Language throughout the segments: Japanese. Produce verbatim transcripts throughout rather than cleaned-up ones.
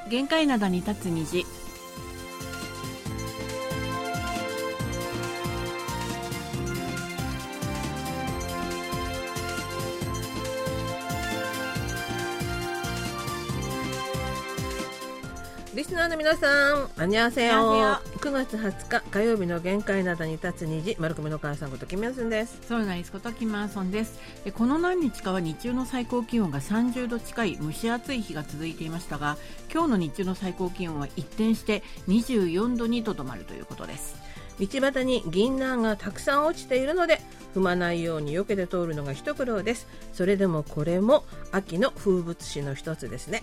限界灘に立つ虹。 リスナーの皆さん、アンニョンハセヨ。くがつはつか火曜日の限界灘に立つ虹、丸組の母さんことキムヤスンです。 ソルナリスことキムヤソンです。この何日かは日中の最高気温がさんじゅうど近い蒸し暑い日が続いていましたが、今日の日中の最高気温は一転してにじゅうよんどにとどまるということです。 道端に銀杏がたくさん落ちているので踏まないように避けて通るのが一苦労です。それでもこれも秋の風物詩の一つですね。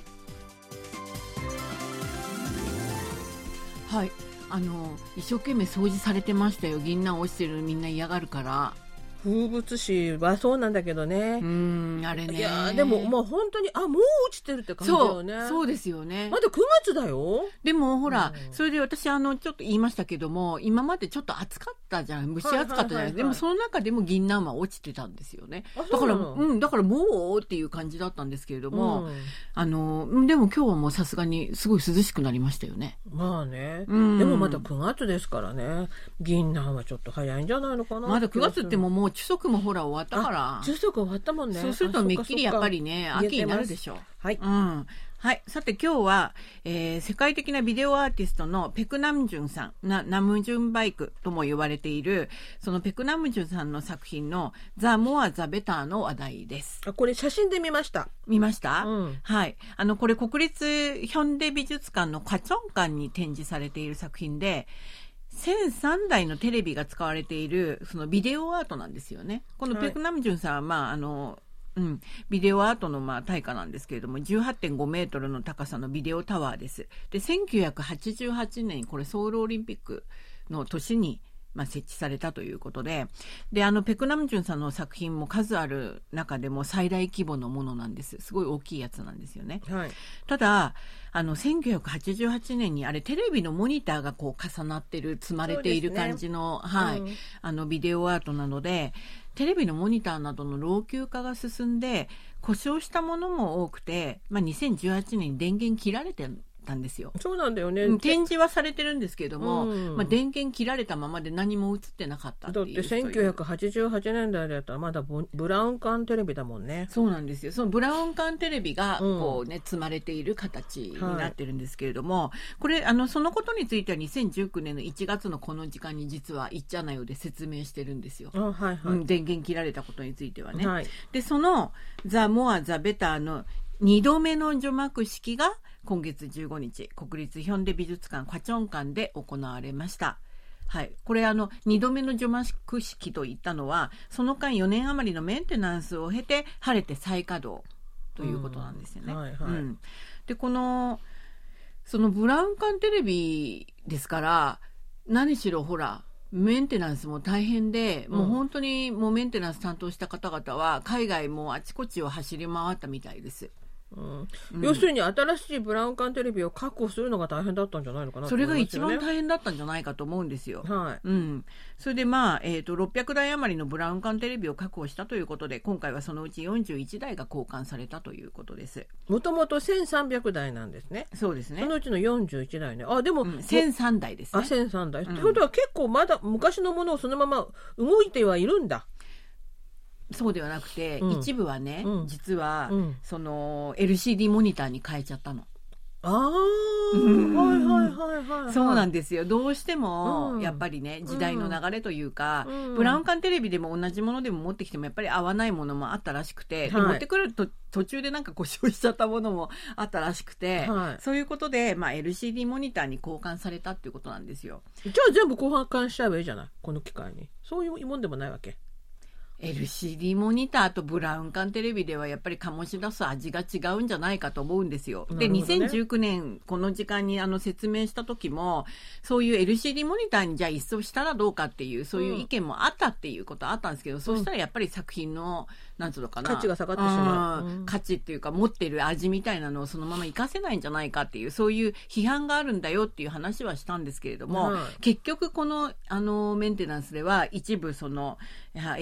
はい、あの一生懸命掃除されてましたよ。銀杏落ちてるのみんな嫌がるから。 風物詩はそうなんだけどね。 うーん、あれね。 いやでもまあ本当にあもう落ちてるって感じだよね。 そう、そうですよね。 まだくがつだよ。 でもほら、 うん、 それで私あのちょっと言いましたけども、今までちょっと暑かったじゃん、蒸し暑かったじゃない、はいはいはいはい、でもその中でも銀杏は落ちてたんですよね。だからうんだからもうっていう感じだったんですけれども、うん、あのでも今日はもうさすがにすごい涼しくなりましたよね。 まあね、うん、でもまだくがつですからね。銀杏はちょっと早いんじゃないのかな。 まだくがつってももう中足もほら終わったから。 中足終わったもんね。 そうするとめっきりやっぱりね秋になるでしょう。 はい、 うんはい、さて今日は、えー、世界的なビデオアーティストのペクナムジュンさん、なナムジュンバイクとも呼ばれているそのペクナムジュンさんの作品のザ・モア・ザ・ベターの話題です。 あ、これ写真で見ました。 見ました、 うん、 はい。あのこれ国立ヒョンデ美術館のカチョン館に展示されている作品で、せんさんだいのテレビが使われているそのビデオアートなんですよね。このペクナムジュンさんは、まああのうん、ビデオアートのまあ大家なんですけれども じゅうはってんごメートルの高さのビデオタワーです。でせんきゅうひゃくはちじゅうはちねんこれソウルオリンピックの年にまあ設置されたということで、であのペクナムジュンさんの作品も数ある中でも最大規模のものなんです。すごい大きいやつなんですよね、 はい、 ただあのせんきゅうひゃくはちじゅうはちねんにあれテレビのモニターがこう重なってる積まれている感じの、ね、はい、うん、あのビデオアートなのでテレビのモニターなどの老朽化が進んで故障したものも多くて、まあ、にせんじゅうはちねんに電源切られてたんですよ。 そうなんだよね。 展示はされてるんですけども、うん、まあ、電源切られたままで何も映ってなかったっていう。 だってせんきゅうひゃくはちじゅうはちねんだいだったらまだブラウン管テレビだもんね。 そうなんですよ。そのブラウン管テレビがこう、ね、うん、積まれている形になってるんですけれども、はい、これあのそのことについてはにせんじゅうきゅうねんのいちがつのこの時間に実は「いっちゃなよ」で説明してるんですよ。 あ、はいはい、 うん、電源切られたことについてはね、 はい、 でそのザ・モア・ザ・ベターのにどめの除幕式が今月じゅうごにち国立ヒョンデ美術館カチョン館で行われました。はい、これあのにどめの除幕式といったのはその間よねん余りのメンテナンスを経て晴れて再稼働ということなんですよね。 うん、はいはい、 うん、でこのそのブラウン管テレビですから何しろほらメンテナンスも大変で、もう本当にもうメンテナンス担当した方々は海外もあちこちを走り回ったみたいです。 うんうん、要するに新しいブラウン管テレビを確保するのが大変だったんじゃないのかな、 それが一番大変だったんじゃないかと思うんですよ。 はい、 うん、それでまあ、えーと、ろっぴゃくだい余りのブラウン管テレビを確保したということで今回はそのうちよんじゅういちだいが交換されたということです。 もともとせんさんびゃくだいなんですね。 そうですね。 そのうちのよんじゅういちだいね。あでも、うん、 せんさんだいですね。 あせんさんだい、うん、ってことは結構まだ昔のものをそのまま動いてはいるんだ。 そうではなくて、うん、一部はね、うん、実は、うん、その エルシーディー モニターに変えちゃったの。 ああ、はいはいはいはい、はい、 そうなんですよ。どうしても、やっぱりね、時代の流れというか、うん、ブラウン管テレビでも同じものでも持ってきてもやっぱり合わないものもあったらしくて、はい、で持ってくると途中でなんか故障しちゃったものもあったらしくて、はい、そういうことで、まあ、エルシーディー モニターに交換されたっていうことなんですよ。 じゃあ全部交換しちゃえばいいじゃない、この機会に。そういうもんでもないわけ。 エルシーディー モニターとブラウン管テレビではやっぱり醸し出す味が違うんじゃないかと思うんですよ。で、ね、にせんじゅうきゅうねんこの時間にあの説明した時もそういう エルシーディー モニターにじゃあ一掃したらどうかっていうそういう意見もあったっていうことはあったんですけど、うん、そうしたらやっぱり作品のなんつうのかな、 価値が下がってしまう、 うん、価値っていうか持ってる味みたいなのをそのまま活かせないんじゃないかっていうそういう批判があるんだよっていう話はしたんですけれども、はい、結局このあのメンテナンスでは一部その エルシーディー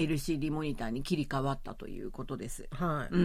モニターに切り替わったということです。 はい。 うん、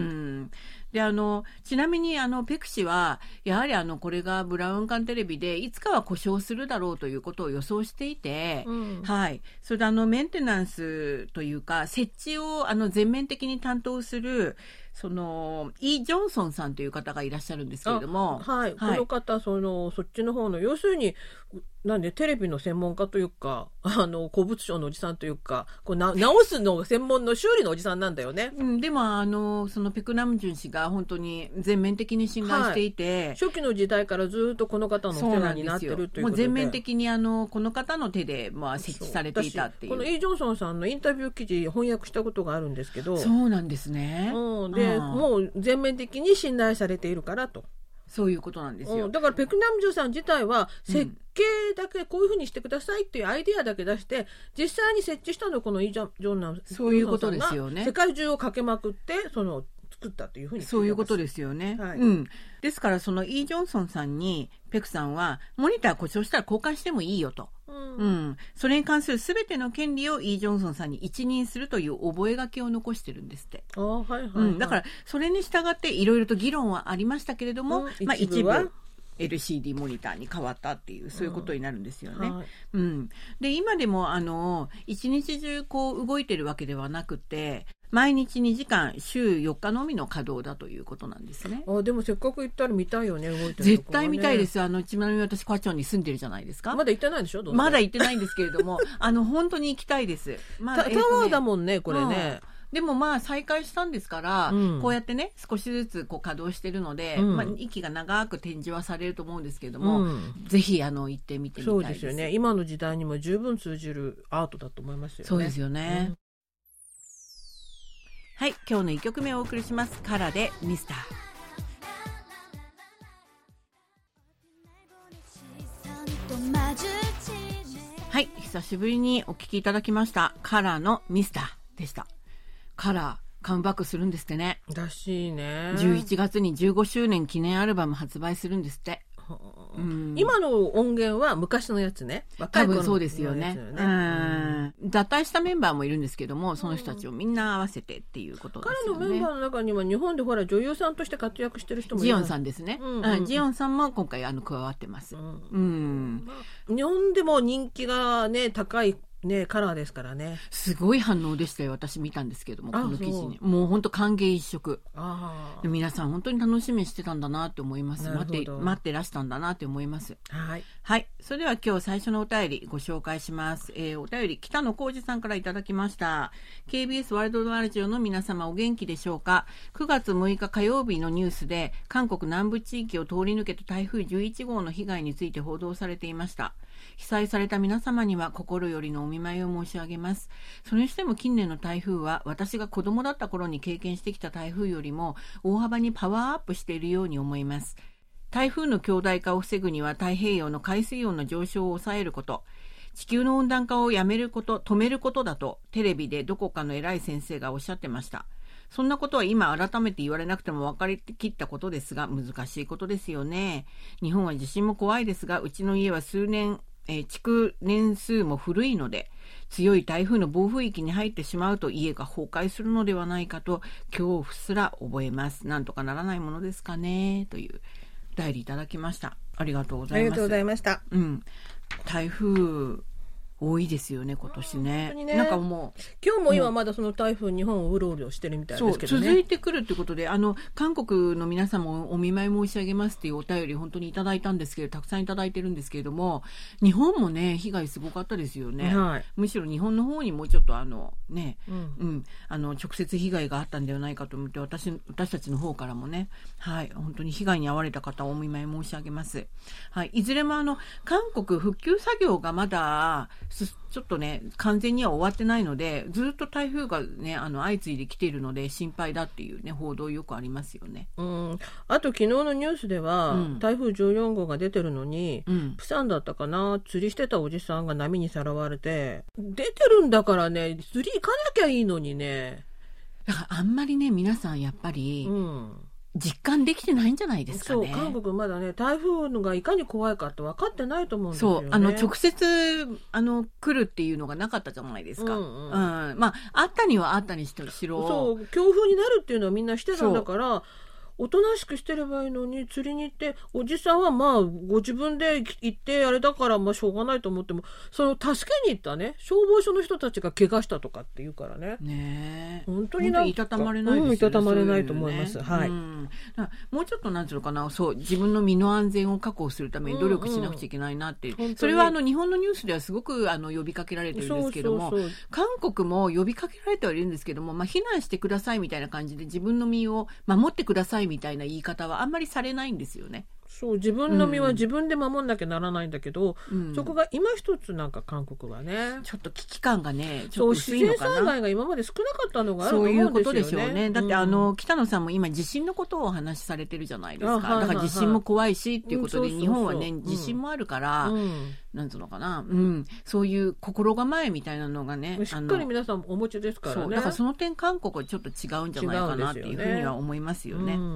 であのちなみにあのペクシはやはりあのこれがブラウン管テレビでいつかは故障するだろうということを予想していて、 うん、 はい、それであのメンテナンスというか設置をあの全面的に担当するそのイ・ジョンソンさんという方がいらっしゃるんですけれども、 はい、はい、この方そのそっちの方の要するになんでテレビの専門家というかあの古物商のおじさんというかこうな直すの専門の修理のおじさんなんだよね、 うん、でもあのそのペク・ナムジュン氏が本当に全面的に信頼していて、 はい、初期の時代からずっとこの方のお世話になってるということで、 もう全面的にあのこの方の手で、まあ、設置されていたっていう。 このイ・ジョンソンさんのインタビュー記事翻訳したことがあるんですけど、 そうなんですね、 うん、で、うん、もう全面的に信頼されているからと、 そういうことなんですよ、 うん、だからペク・ナムジュンさん自体は設計だけこういうふうにしてくださいっていうアイデアだけ出して実際に設置したのこのイ・ジョンナムそういうことですよね。 世界中をかけまくってその作ったというふうにそういうことですよね、 はい、 うん、ですからそのイ・ジョンソンさんにペクさんはモニター故障したら交換してもいいよと、うんうん、それに関する全ての権利をイ・ジョンソンさんに一任するという覚書を残してるんですって。 あ、はいはいはい、 うん、だからそれに従っていろいろと議論はありましたけれども、うん、まあ、一部エルシーディー モニターに変わったっていうそういうことになるんですよね、うんはい、うん、で今でもあの一日中こう動いてるわけではなくて毎日にじかん週よっかのみの稼働だということなんですね。 あでもせっかく行ったら見たいよね、動いてるところね。 絶対見たいです。あのちなみに私花町に住んでるじゃないですか。 まだ行ってないでしょ。どうまだ行ってないんですけれどもあの本当に行きたいです、まあタ, タワーだもんねこれね、 うんでもまあ再開したんですから、うん、こうやってね少しずつこう稼働してるので、うんまあ、息が長く展示はされると思うんですけれども、うん、ぜひあの行ってみてみたいです。 そうですよね。今の時代にも十分通じるアートだと思いますよね。 そうですよね、うん、はい、今日のいっきょくめをお送りします。カラでミスター。はい、久しぶりにお聞きいただきましたカラのミスターでした。カラーカムバックするんですってね。 らしいね。 じゅういちがつにじゅうごしゅうねん記念アルバム発売するんですって、 うん、今の音源は昔のやつね。 多分そうですよね。うん、脱退したメンバーもいるんですけども、その人たちをみんな合わせてっていうことですよね。 彼のメンバーの中には日本でほら女優さんとして活躍してる人もいる。 ジヨンさんですね、うんうんうん、ジヨンさんも今回あの加わってます、うんうんまあ、日本でも人気がね高いね、カラーですからね。 すごい反応でしたよ。私見たんですけどもこの記事にもう本当歓迎一色。 あ皆さん本当に楽しみにしてたんだなって思います。待って待ってらしたんだなって思います。 はい、 はい、それでは今日最初のお便りご紹介します、えー、お便り北野浩二さんからいただきました。 ケービーエス ワールドラジオの皆様お元気でしょうか。くがつむいか火曜日のニュースで韓国南部地域を通り抜けた台風じゅういちごうの被害について報道されていました。被災された皆様には心よりのお見舞いを申し上げます。それにしても近年の台風は私が子供だった頃に経験してきた台風よりも大幅にパワーアップしているように思います。台風の強大化を防ぐには太平洋の海水温の上昇を抑えること、地球の温暖化をやめること、止めることだとテレビでどこかの偉い先生がおっしゃってました。そんなことは今改めて言われなくても分かりきったことですが難しいことですよね。日本は地震も怖いですがうちの家は数年えー、築年数も古いので強い台風の暴風域に入ってしまうと家が崩壊するのではないかと恐怖すら覚えます。なんとかならないものですかねというお便りいただきました。ありがとうございます。 ありがとうございました、 うん、台風多いですよね今年 ね, ねなんかもう今日も今まだその台風日本をうろうろしてるみたいですけどね。 そう続いてくるということであの韓国の皆様もお見舞い申し上げますっていうお便り本当にいただいたんですけどたくさんいただいてるんですけれども日本もね被害すごかったですよね、 はい、 むしろ日本の方にもうちょっとあのね、 うんうん、あの直接被害があったんではないかと思って 私, 私たちの方からもね、はい、本当に被害に遭われた方お見舞い申し上げます、はい、いずれもあの韓国復旧作業がまだちょっとね完全には終わってないのでずっと台風がねあの相次いできているので心配だっていうね報道よくありますよね。 うん、あと昨日のニュースでは、うん、台風じゅうよんごうが出てるのに、うん、プサンだったかな釣りしてたおじさんが波にさらわれて出てるんだからね釣り行かなきゃいいのにね。 だからあんまりね皆さんやっぱり、 うん実感できてないんじゃないですかね。 そう、韓国まだね、台風のがいかに怖いかって分かってないと思うんですよね。 そう、あの直接あの来るっていうのがなかったじゃないですか。 うんうんうん、まああったにはあったにしろ、 そう強風になるっていうのはみんなしてたんだから、おとなしくしてればいいのに、釣りに行って、おじさんはまあご自分で行ってあれだからまあしょうがないと思っても、その助けに行ったね消防署の人たちが怪我したとかって言うからね。 ねえ、 本当になんかいたたまれないですよね。 うん、いたたまれないと思います。 そういうのね、 はい。 うん、だからもうちょっとなんていうのかな、そう自分の身の安全を確保するために努力しなくちゃいけないなって、うんうん、それはあの日本のニュースではすごくあの呼びかけられてるんですけども、そうそうそう、韓国も呼びかけられてはいるんですけども、まあ、避難してくださいみたいな感じで自分の身を守ってくださいみたいな言い方はあんまりされないんですよね。 そう、自分の身は自分で守んなきゃならないんだけど、うん、そこが今一つなんか韓国はねちょっと危機感がねちょっと薄いのかな。 そう、自然災害が今まで少なかったのがあると思うんですよね。 そういうことでしょうね。だってあの、うん、北野さんも今地震のことをお話しされてるじゃないですか。はいはいはい、だから地震も怖いしっていうことで、うん、日本はね地震もあるから、うん、なんつうのかな、うん、そういう心構えみたいなのがねしっかり皆さんお持ちですからね。 そうだからその点韓国はちょっと違うんじゃないかなっていうふうには思いますよね。うんうん、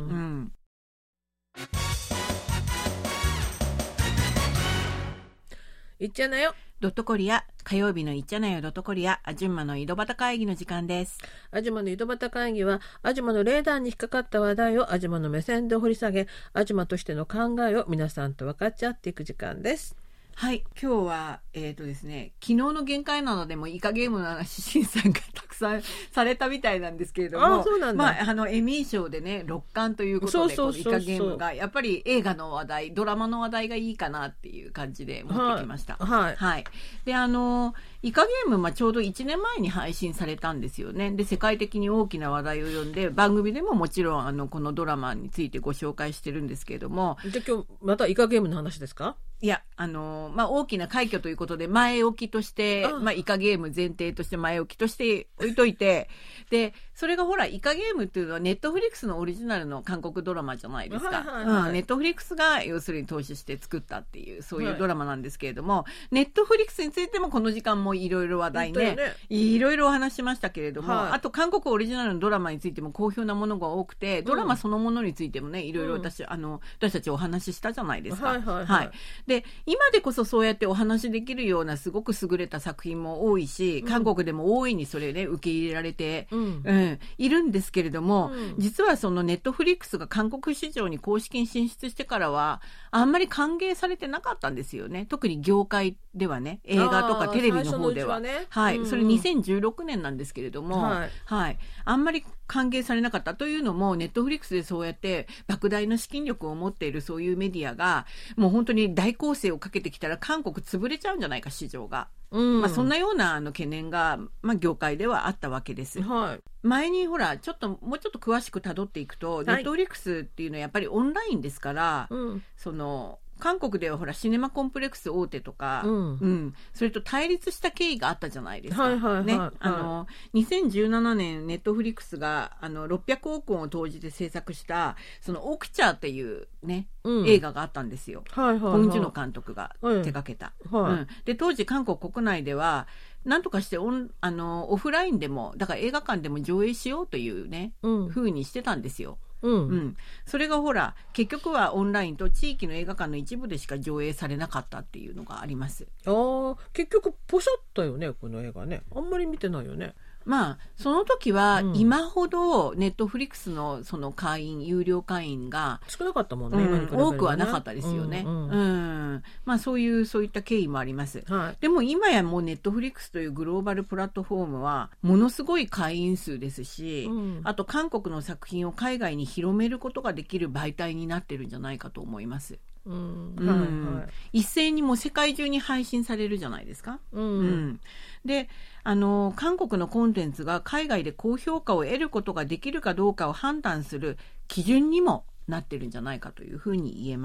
いっちゃなよドットコリア、火曜日のいっちゃなよドットコリア、アジュンマの井戸端会議の時間です。 アジュマの井戸端会議は、アジュマのレーダーに引っかかった話題をアジュマの目線で掘り下げ、アジュマとしての考えを皆さんと分かち合っていく時間です。 はい、今日は、えーとですね、昨日の限界なのでもイカゲームの話、シンさんがたくさんされたみたいなんですけれども、 あ、そうなんだ。 まあ、あのエミー賞でねろっかんということで、このイカゲームがやっぱり映画の話題、ドラマの話題がいいかなっていう感じで持ってきました。 はい、 はい、であのイカゲーム、まあ、ちょうどいちねんまえに配信されたんですよね。で世界的に大きな話題を呼んで、番組でももちろんあのこのドラマについてご紹介してるんですけれども。 じゃあ今日またイカゲームの話ですか？ いや、あのまあ、大きな快挙ということで前置きとして、まあ、イカゲーム前提として前置きとして置いといてでそれがほらイカゲームっていうのはネットフリックスのオリジナルの韓国ドラマじゃないですか。はいはいはい、うん、ネットフリックスが要するに投資して作ったっていうそういうドラマなんですけれども、はい、ネットフリックスについてもこの時間もいろいろ話題ねいろいろお話しましたけれども、はい、あと韓国オリジナルのドラマについても好評なものが多くて、ドラマそのものについてもねいろいろ私、うん、あの私たちお話ししたじゃないですか。はいはいはいはい、で今でこそそうやってお話できるようなすごく優れた作品も多いし、韓国でも大いにそれね受け入れられて、うんうん、いるんですけれども、うん、実はそのネットフリックスが韓国市場に公式に進出してからはあんまり歓迎されてなかったんですよね。特に業界ではね、映画とかテレビの方では、ね、はい、うん、それにせんじゅうろくねんなんですけれども、はいはい、あんまり歓迎されなかったというのも、ネットフリックスでそうやって莫大な資金力を持っているそういうメディアがもう本当に大攻勢をかけてきたら韓国潰れちゃうんじゃないか市場が、うんまあ、そんなようなあの懸念が、まあ、業界ではあったわけです。はい、前にほらちょっともうちょっと詳しく辿っていくと、はい、ネットフリックスっていうのはやっぱりオンラインですから、うん、その韓国ではほらシネマコンプレックス大手とか、うんうん、それと対立した経緯があったじゃないですか。はいはいはいね、あのにせんじゅうななねんネットフリックスがあのろっぴゃくおくウォンを投じて制作したそのオクチャーっていうね、うん、映画があったんですよ。はいはいはい、ポン・ジュノ監督が手掛けた。はいうん、で当時韓国国内ではなんとかしてオンあのオフラインでもだから映画館でも上映しようというね、うん、風にしてたんですよ。うんうん、それがほら結局はオンラインと地域の映画館の一部でしか上映されなかったっていうのがあります。 あ結局ポシャったよねこの映画ね。あんまり見てないよね。 まあその時は今ほどネットフリックスのその会員有料会員が少なかったもんね、 うん、多くはなかったですよね。うんうんうん、まあそういうそういった経緯もあります。はい、でも今やもうネットフリックスというグローバルプラットフォームはものすごい会員数ですし、うん、あと韓国の作品を海外に広めることができる媒体になってるんじゃないかと思います。うんうんはいはい、一斉にもう世界中に配信されるじゃないですか。うんうん、であの韓国のコンテンツが海外で高評価を得ることができるかどうかを判断する基準にもなってるんじゃないかというふうに言えます。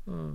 うんうん、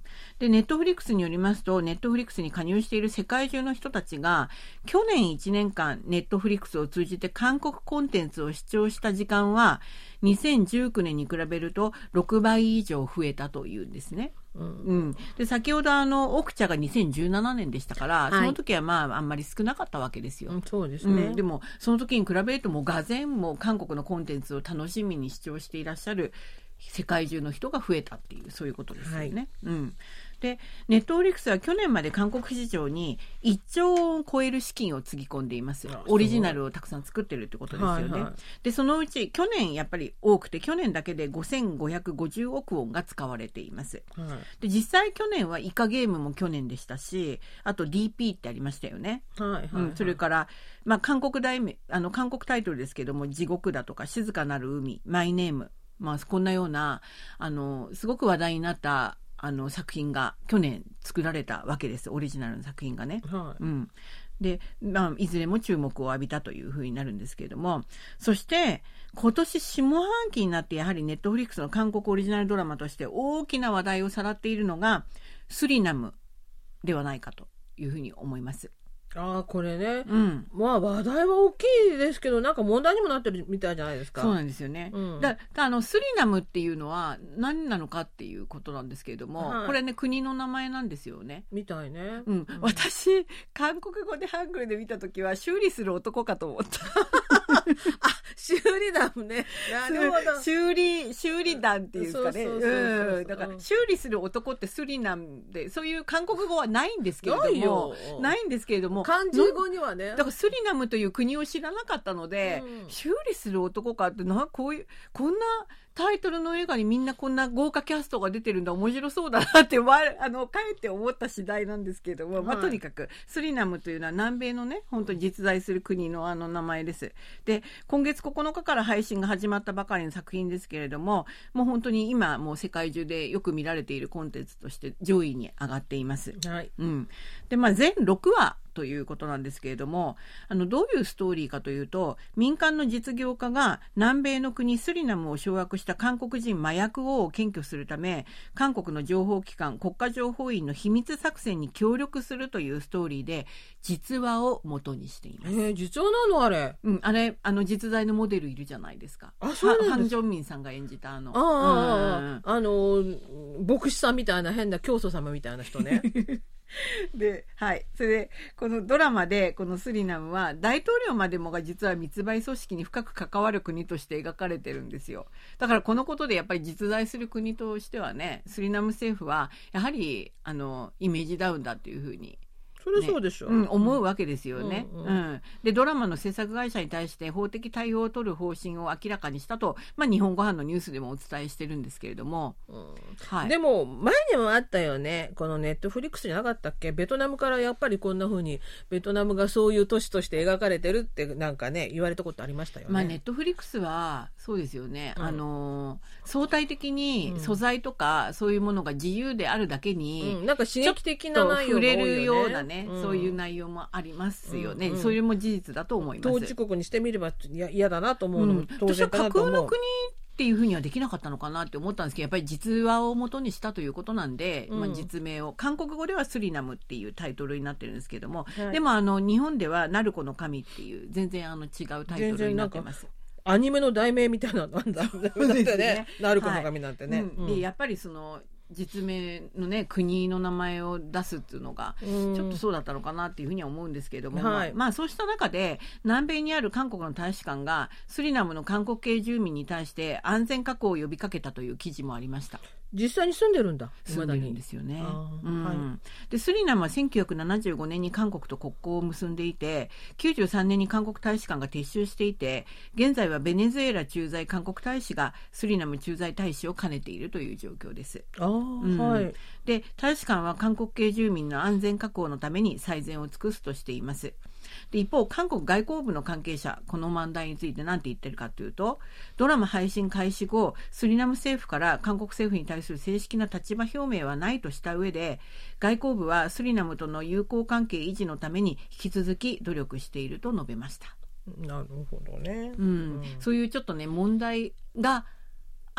でネットフリックスによりますと、ネットフリックスに加入している世界中の人たちが去年いちねんかんネットフリックスを通じて韓国コンテンツを視聴した時間はにせんじゅうきゅうねんに比べるとろくばい以上増えたというんですね。うんうん、で先ほどあのオクチャがにせんじゅうななねんでしたから、はい、その時はまああんまり少なかったわけですよ、 うん、そうですね、 うん、でもその時に比べるともうがぜんも韓国のコンテンツを楽しみに視聴していらっしゃる世界中の人が増えたっていう、そういうことですよね、はい、うん、でネットフリックスは去年まで韓国市場にいっちょうをを超える資金をつぎ込んでいます。オリジナルをたくさん作ってるってことですよね、はいはい、でそのうち去年やっぱり多くて、去年だけでごせんごひゃくごじゅうおくウォンが使われています、はい、で実際去年はイカゲームも去年でしたし、あと ディーピー ってありましたよね、はいはいはい、うん、それから、まあ、韓国題名あの韓国タイトルですけども、地獄だとか静かなる海、マイネーム、まあ、こんなようなあのすごく話題になったあの作品が去年作られたわけです。オリジナルの作品がね、はいうん、で、まあ、いずれも注目を浴びたというふうになるんですけれども、そして今年下半期になってやはりネットフリックスの韓国オリジナルドラマとして大きな話題をさらっているのがスリナムではないかというふうに思います。 ああこれね、 うん、 まあ話題は大きいですけど、なんか問題にもなってるみたいじゃないですか。 そうなんですよね、うん、だだあのスリナムっていうのは何なのかっていうことなんですけれども、はい、これね国の名前なんですよね。 みたいね、 うんうん、私韓国語でハングルで見た時は修理する男かと思ったあ修理団ね、なるほど、 修理修理団っていうんですかね。だから修理する男ってスリナムで、そういう韓国語はないんですけれども、ないよ、ないんですけれども、 漢字語にはね、 だからスリナムという国を知らなかったので、うん、修理する男かってな、こういうこんなタイトルの映画にみんなこんな豪華キャストが出てるんだ、面白そうだなってあのかえって思った次第なんですけれども、はい、まあ、とにかくスリナムというのは南米のね本当に実在する国のあの名前です。で今月ここのかから配信が始まったばかりの作品ですけれども、もう本当に今もう世界中でよく見られているコンテンツとして上位に上がっています、はいうん、でまあ全ろくわということなんですけれども、あのどういうストーリーかというと、民間の実業家が南米の国スリナムを掌握した韓国人麻薬王を検挙するため、韓国の情報機関国家情報院の秘密作戦に協力するというストーリーで、実話を元にしています。 えー、実話なのあれ、 うん、あれあの実在のモデルいるじゃないですか。 あ、そうなんです。 ハン・ジョンミンさんが演じたあのあ、うん、あの牧師さんみたいな変な教祖様みたいな人ねで、はい。それで、このドラマで、このスリナムは、大統領までもが実は密売組織に深く関わる国として描かれてるんですよ。だからこのことでやっぱり実在する国としてはね、スリナム政府は、やはり、あの、イメージダウンだっていうふうに、 それそうでしょ、 ねうん、思うわけですよね、 うんうんうん、でドラマの制作会社に対して法的対応を取る方針を明らかにしたと、まあ、日本ご飯のニュースでもお伝えしてるんですけれども、 うんはい、でも前にもあったよね、このネットフリックスじゃなかったっけ、ベトナムからやっぱりこんな風にベトナムがそういう都市として描かれてるってなんかね言われたことありましたよね。 まあ、ネットフリックスはそうですよね、うん、あの相対的に素材とかそういうものが自由であるだけに、 うん、なんか刺激的な内容が多いよね、 触れるようなね、うん、そういう内容もありますよね、うんうん、それも事実だと思います。 統治国にしてみれば嫌だなと思うのも当然かなと思う、 うん、私は架空の国っていうふうにはできなかったのかなって思ったんですけど、やっぱり実話を元にしたということなんで、うんまあ、実名を韓国語ではスリナムっていうタイトルになってるんですけども、はい、でもあの日本ではナルコの神っていう全然あの違うタイトルになってます。 アニメの題名みたいなのなんだだってね、ナルコの神なんてね、はいうん、でやっぱりその実名のね国の名前を出すっていうのがちょっとそうだったのかなっていうふうには思うんですけれども、はい、まあそうした中で南米にある韓国の大使館がスリナムの韓国系住民に対して安全確保を呼びかけたという記事もありました。 実際に住んでるんだ。 住んでるんですよね、うんはい、 でスリナムはせんきゅうひゃくななじゅうごねんに韓国と国交を結んでいて、きゅうじゅうさんねんに韓国大使館が撤収していて、現在はベネズエラ駐在韓国大使がスリナム駐在大使を兼ねているという状況です。 あ、うんはい、 で大使館は韓国系住民の安全確保のために最善を尽くすとしています。で一方韓国外交部の関係者、この問題について何て言ってるかというと、ドラマ配信開始後スリナム政府から韓国政府に対する正式な立場表明はないとした上で、外交部はスリナムとの友好関係維持のために引き続き努力していると述べました。 なるほどね、 うんうん、そういうちょっとね問題が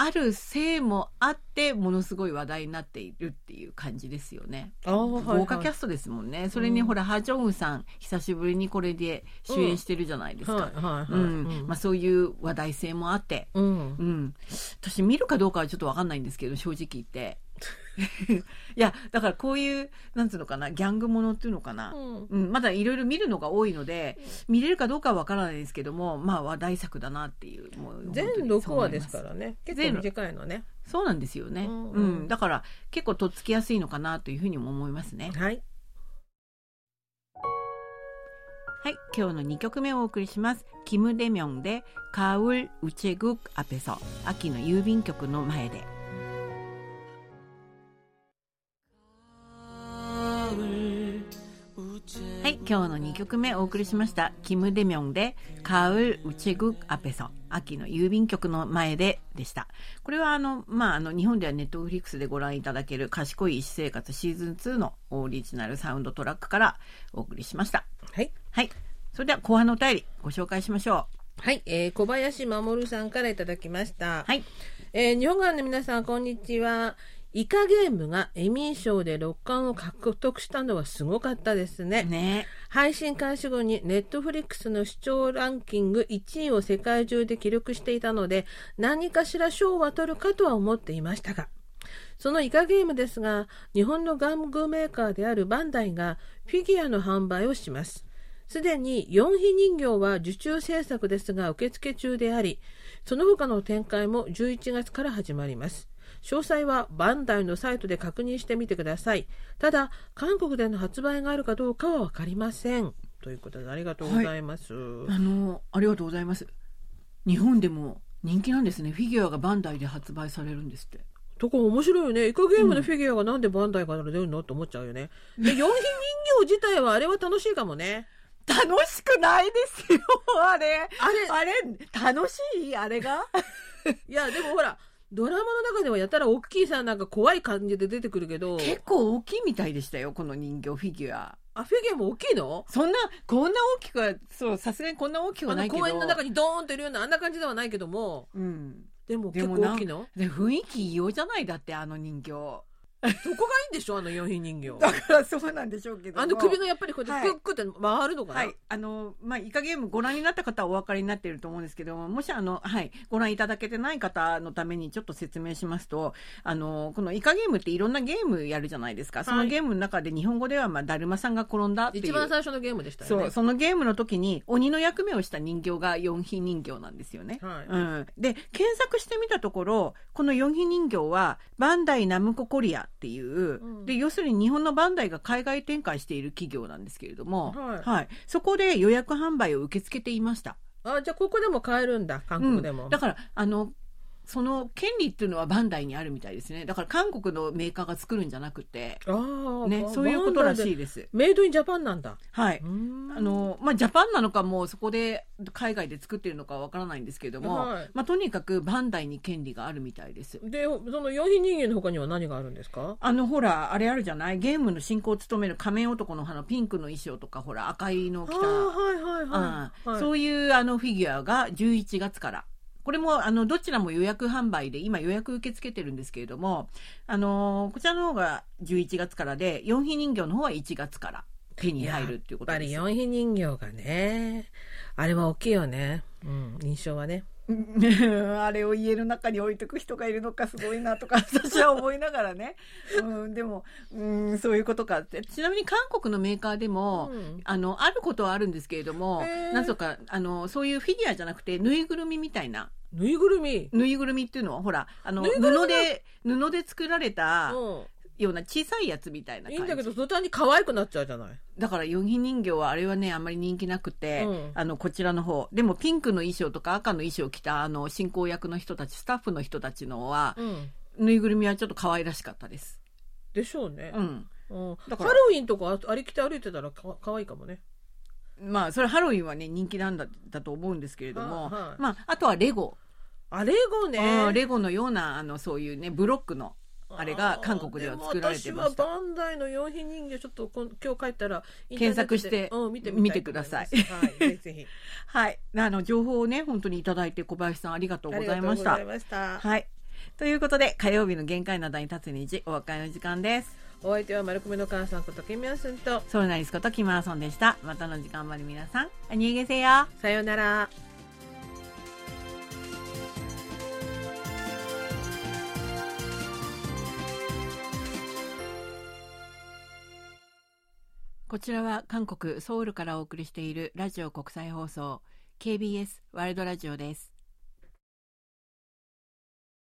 あるせいもあってものすごい話題になっているっていう感じですよね。 あ、はいはい、 豪華キャストですもんね。それに、うん、ほらハ・ジョンウさん久しぶりにこれで主演してるじゃないですか。そういう話題性もあって、うんうん、私見るかどうかはちょっと分かんないんですけど、正直言っていやだからこういうなんつうのかな、ギャングものっていうのかな、うんうん、まだいろいろ見るのが多いので、うん、見れるかどうかは分からないですけども、まあ話題作だなっていう、もう全ろくわですからね、結構短いのね。 そうなんですよね、うんうんうん、だから結構とっつきやすいのかなというふうにも思いますね。 はい、 はい、今日のにきょくめをお送りします。キム・デミョンでカウル・ウチェグク・アペソ、秋の郵便局の前で。はい、今日のにきょくめお送りしました。キム・デミョンでカウル・ウチェグク・アペソ、秋の郵便局の前ででした。これはあの、まあ、あの日本ではネットフリックスでご覧いただける賢い医師生活シーズンツーのオリジナルサウンドトラックからお送りしました。 はい、 はい、それでは後半のお便りご紹介しましょう。はい、えー、小林守さんからいただきました。 はい、 えー、日本語の皆さんこんにちは。イカゲームがエミー賞でろっかんを獲得したのはすごかったですね。 ね、 配信開始後にネットフリックスの視聴ランキングいちいを世界中で記録していたので、何かしら賞は取るかとは思っていましたが、そのイカゲームですが、日本の玩具メーカーであるバンダイがフィギュアの販売をします。すでによんひ人形は受注制作ですが受付中であり、その他の展開もじゅういちがつから始まります。詳細はバンダイのサイトで確認してみてください。ただ韓国での発売があるかどうかは分かりません、ということでありがとうございます。 はい、あのありがとうございます。日本でも人気なんですね。フィギュアがバンダイで発売されるんですって。 とこ面白いよね。イカゲームのフィギュアがなんでバンダイから出るのって思っちゃうよね。でよんひ人形自体はあれは楽しいかもね。 楽しくないですよあれあれあれ楽しいあれがいやでもほらドラマの中ではやたら大きいさ、なんか怖い感じで出てくるけど、 結構大きいみたいでしたよ、この人形フィギュア。 あ、フィギュアも大きいの？ そんなこんな大きくは、そう、さすがにこんな大きくはないけど、 あの公園の中にドーンといるようなあんな感じではないけども、うん、でも結構大きいの？ で雰囲気異様じゃない。だってあの人形どこがいいんでしょう、あのよんひ人形。 だからそうなんでしょうけども、 あの首がやっぱりこうやってクックって回るのかな。 はいはい、あのまあイカゲームご覧になった方はお分かりになっていると思うんですけども、もしあの、はい、ご覧いただけてない方のためにちょっと説明しますと、あのこのイカゲームっていろんなゲームやるじゃないですか、はい、そのゲームの中で日本語では、まあ、だるまさんが転んだっていう一番最初のゲームでしたよね。 そう、そのゲームの時に鬼の役目をした人形がよんひ人形なんですよね。 はい、 うん、で検索してみたところ、このよんひ人形はバンダイナムココリアっていう、うんで要するに日本のバンダイが海外展開している企業なんですけれども、はいはい、そこで予約販売を受け付けていました。 あ、じゃあここでも買えるんだ、韓国でも、 うん、だからあのその権利っていうのはバンダイにあるみたいですね。だから韓国のメーカーが作るんじゃなくて、 あ、 ね、そういうことらしいです。 メイドインジャパンなんだ。 はい、あのまあ、ジャパンなのかもうそこで海外で作ってるのかわからないんですけれども、はい、まあ、とにかくバンダイに権利があるみたいです。 でそのよんひ人間の他には何があるんですか？ あのほらあれあるじゃない、ゲームの進行を務める仮面男の花ピンクの衣装とか、ほら赤いの着た、 はいはいはいはい、 そういうあのフィギュアがじゅういちがつから、これもあのどちらも予約販売で今予約受け付けてるんですけれども、あのー、こちらの方がじゅういちがつからでよんひ人形の方はいちがつから手に入るっていうことです。 やっぱりよんひ人形がね、あれは大きいよね、うん、印象はねあれを家の中に置いとく人がいるのかすごいなとか私は思いながらね、うん、でも、うん、そういうことかって。ちなみに韓国のメーカーでも、うん、あのあることはあるんですけれども、なんとかあのそういうフィギュアじゃなくてぬいぐるみみたいな、 ぬいぐるみぬいぐるみっていうのはほらあの布で布で作られた、うんような小さいやつみたいな感じ。 いいんだけど途端に可愛くなっちゃうじゃない。 だからよんひ人形はあれはねあんまり人気なくて、うん、あのこちらの方でもピンクの衣装とか赤の衣装を着たあの進行役の人たちスタッフの人たちのは、うん、ぬいぐるみはちょっと可愛らしかったです。 でしょうね、 うんうん、だからハロウィンとかありきて歩いてたらか可愛いかもね。 まあそれハロウィンはね人気なんだだと思うんですけれども、あ、はい、まあ、あとはレゴあレゴねあレゴのようなあのそういうねブロックのあれが韓国では作られてました。 私はバンダイのよんひ人形ちょっと今日帰ったら検索して、 うん、見てみてください。 はい、ぜひぜひはい、あの情報をね本当にいただいて小林さんありがとうございました。 ありがとうございました。 はい。 ということで、火曜日の限界などに立つ日、お別れの時間です。 お相手は丸米の母さんことキムヤスンとソルナリスことキムアソンでした。またの時間まで皆さん、アニューゲセヨ。 さようなら。 こちらは韓国ソウルからお送りしているラジオ国際放送 ケービーエス ワールドラジオです。